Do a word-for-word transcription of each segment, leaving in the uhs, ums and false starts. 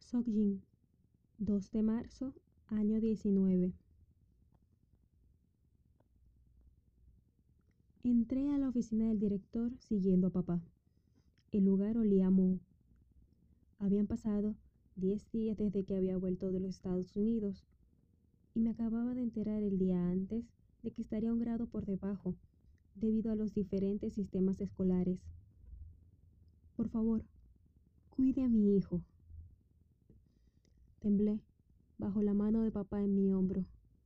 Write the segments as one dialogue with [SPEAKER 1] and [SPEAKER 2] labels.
[SPEAKER 1] Seokjin, dos de marzo, año diecinueve. Entré a la oficina del director siguiendo a papá. El lugar olía a moho. Habían pasado diez días desde que había vuelto de los Estados Unidos y me acababa de enterar el día antes de que estaría un grado por debajo debido a los diferentes sistemas escolares. Por favor, cuide a mi hijo. Temblé bajo la mano de papá en mi hombro.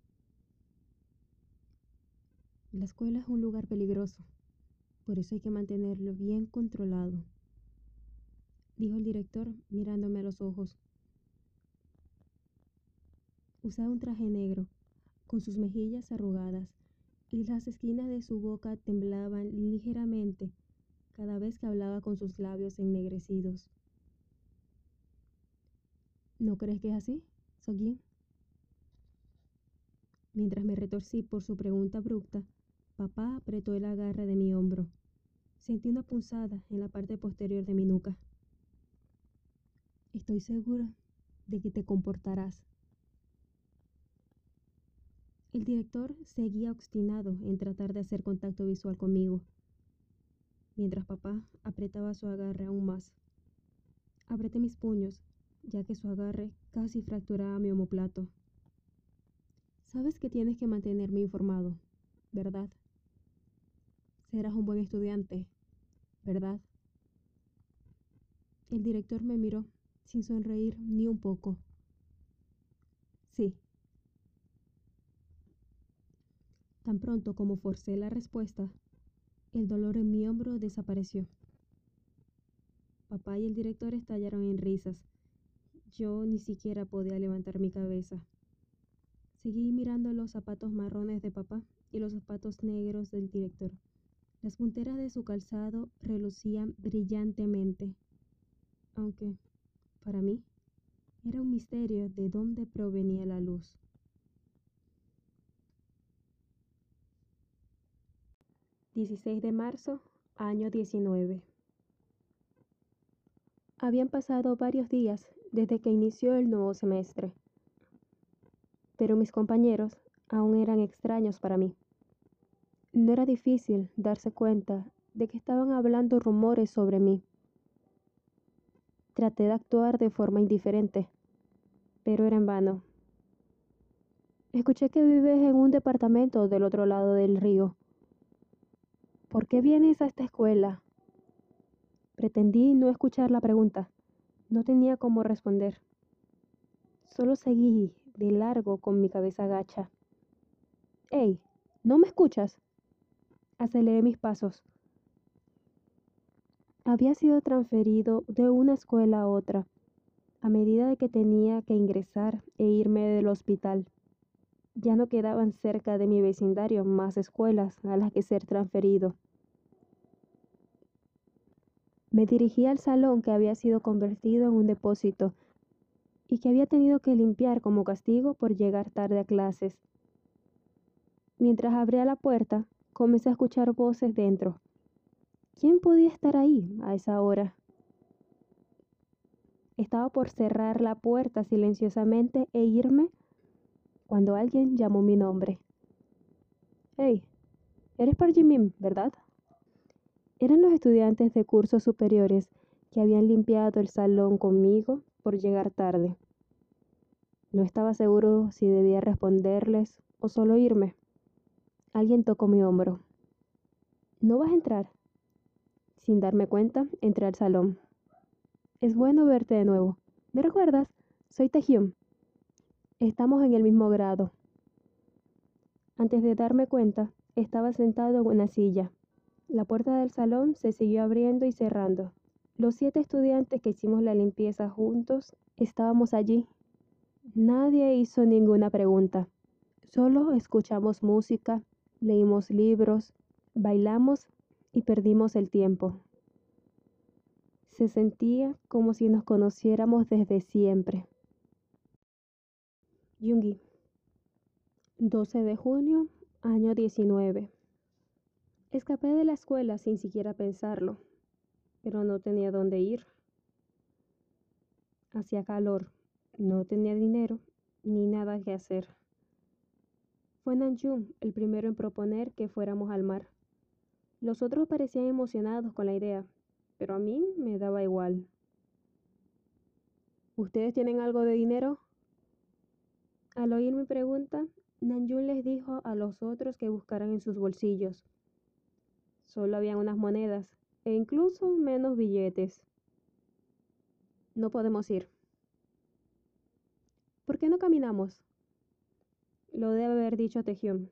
[SPEAKER 1] La escuela es un lugar peligroso, por eso hay que mantenerlo bien controlado, dijo el director mirándome a los ojos. Usaba un traje negro, con sus mejillas arrugadas, y las esquinas de su boca temblaban ligeramente cada vez que hablaba con sus labios ennegrecidos. ¿No crees que es así, Seokjin? Mientras me retorcí por su pregunta abrupta, papá apretó el agarre de mi hombro. Sentí una punzada en la parte posterior de mi nuca. Estoy seguro de que te comportarás. El director seguía obstinado en tratar de hacer contacto visual conmigo, mientras papá apretaba su agarre aún más. Apreté mis puños, ya que su agarre casi fracturaba mi omóplato. Sabes que tienes que mantenerme informado, ¿verdad? Serás un buen estudiante, ¿verdad? El director me miró sin sonreír ni un poco. Sí. Tan pronto como forcé la respuesta, el dolor en mi hombro desapareció. Papá y el director estallaron en risas. Yo ni siquiera podía levantar mi cabeza. Seguí mirando los zapatos marrones de papá y los zapatos negros del director. Las punteras de su calzado relucían brillantemente, aunque, para mí, era un misterio de dónde provenía la luz. dieciséis de marzo, año diecinueve. Habían pasado varios días desde que inició el nuevo semestre, pero mis compañeros aún eran extraños para mí. No era difícil darse cuenta de que estaban hablando rumores sobre mí. Traté de actuar de forma indiferente, pero era en vano. Escuché que vives en un departamento del otro lado del río. ¿Por qué vienes a esta escuela? Pretendí no escuchar la pregunta. No tenía cómo responder. Solo seguí de largo con mi cabeza gacha. ¡Ey! ¿No me escuchas? Aceleré mis pasos. Había sido transferido de una escuela a otra, a medida de que tenía que ingresar e irme del hospital. Ya no quedaban cerca de mi vecindario más escuelas a las que ser transferido. Me dirigí al salón que había sido convertido en un depósito y que había tenido que limpiar como castigo por llegar tarde a clases. Mientras abría la puerta, comencé a escuchar voces dentro. ¿Quién podía estar ahí a esa hora? Estaba por cerrar la puerta silenciosamente e irme cuando alguien llamó mi nombre. «Hey, eres Park Jimin, ¿verdad?» Eran los estudiantes de cursos superiores que habían limpiado el salón conmigo por llegar tarde. No estaba seguro si debía responderles o solo irme. Alguien tocó mi hombro. «¿No vas a entrar?» Sin darme cuenta, entré al salón. «Es bueno verte de nuevo. ¿Me recuerdas? Soy Taehyung. Estamos en el mismo grado». Antes de darme cuenta, estaba sentado en una silla. La puerta del salón se siguió abriendo y cerrando. Los siete estudiantes que hicimos la limpieza juntos estábamos allí. Nadie hizo ninguna pregunta. Solo escuchamos música, leímos libros, bailamos y perdimos el tiempo. Se sentía como si nos conociéramos desde siempre. Yoongi, doce de junio, año diecinueve. Escapé de la escuela sin siquiera pensarlo, pero no tenía dónde ir. Hacía calor, no tenía dinero ni nada que hacer. Fue Nanjun el primero en proponer que fuéramos al mar. Los otros parecían emocionados con la idea, pero a mí me daba igual. ¿Ustedes tienen algo de dinero? Al oír mi pregunta, Nanjun les dijo a los otros que buscaran en sus bolsillos. Solo habían unas monedas e incluso menos billetes. No podemos ir. ¿Por qué no caminamos? Lo debe haber dicho Taehyung.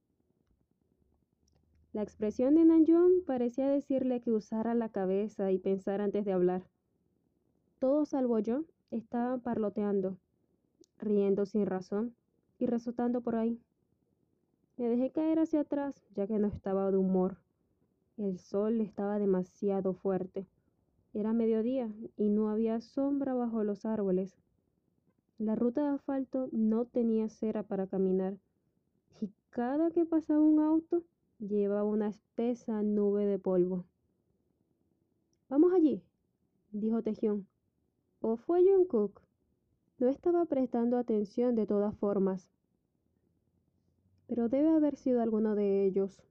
[SPEAKER 1] La expresión de Nanjun parecía decirle que usara la cabeza y pensara antes de hablar. Todos salvo yo estaban parloteando, riendo sin razón y rezotando por ahí. Me dejé caer hacia atrás ya que no estaba de humor. El sol estaba demasiado fuerte. Era mediodía y no había sombra bajo los árboles. La ruta de asfalto no tenía cera para caminar y cada que pasaba un auto llevaba una espesa nube de polvo. «Vamos allí», dijo Taehyung. ¿O fue Jungkook? No estaba prestando atención de todas formas. Pero debe haber sido alguno de ellos.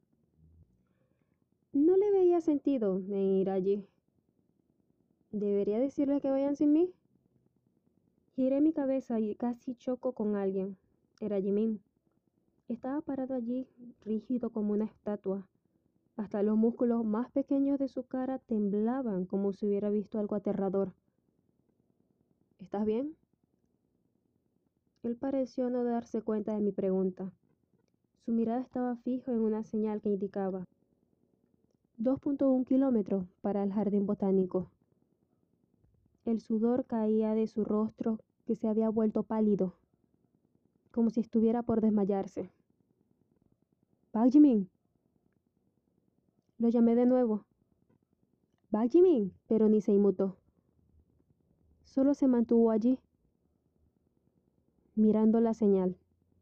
[SPEAKER 1] No le veía sentido en ir allí. ¿Debería decirles que vayan sin mí? Giré mi cabeza y casi choco con alguien. Era Jimin. Estaba parado allí, rígido como una estatua. Hasta los músculos más pequeños de su cara temblaban como si hubiera visto algo aterrador. ¿Estás bien? Él pareció no darse cuenta de mi pregunta. Su mirada estaba fijo en una señal que indicaba dos punto uno kilómetros para el jardín botánico. El sudor caía de su rostro que se había vuelto pálido, como si estuviera por desmayarse. «Park Jimin». Lo llamé de nuevo. «Park Jimin», pero ni se inmutó. Solo se mantuvo allí, mirando la señal.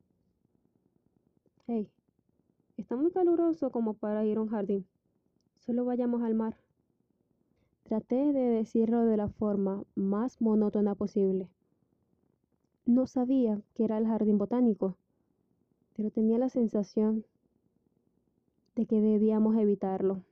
[SPEAKER 1] «Hey, está muy caluroso como para ir a un jardín. Solo vayamos al mar». Traté de decirlo de la forma más monótona posible. No sabía que era el jardín botánico, pero tenía la sensación de que debíamos evitarlo.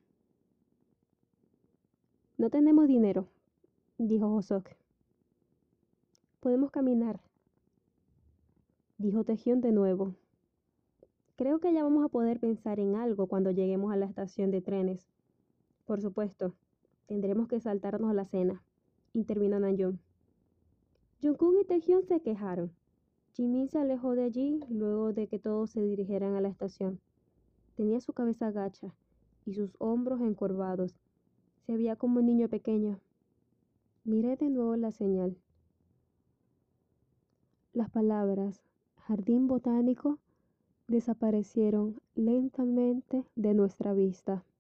[SPEAKER 1] «No tenemos dinero», dijo Hosok. «Podemos caminar», dijo Taehyung de nuevo. «Creo que ya vamos a poder pensar en algo cuando lleguemos a la estación de trenes». «Por supuesto, tendremos que saltarnos la cena», intervino Nanjun. Jungkook y Taehyung se quejaron. Jimin se alejó de allí luego de que todos se dirigieran a la estación. Tenía su cabeza gacha y sus hombros encorvados. Se veía como un niño pequeño. Miré de nuevo la señal. Las palabras «jardín botánico» desaparecieron lentamente de nuestra vista.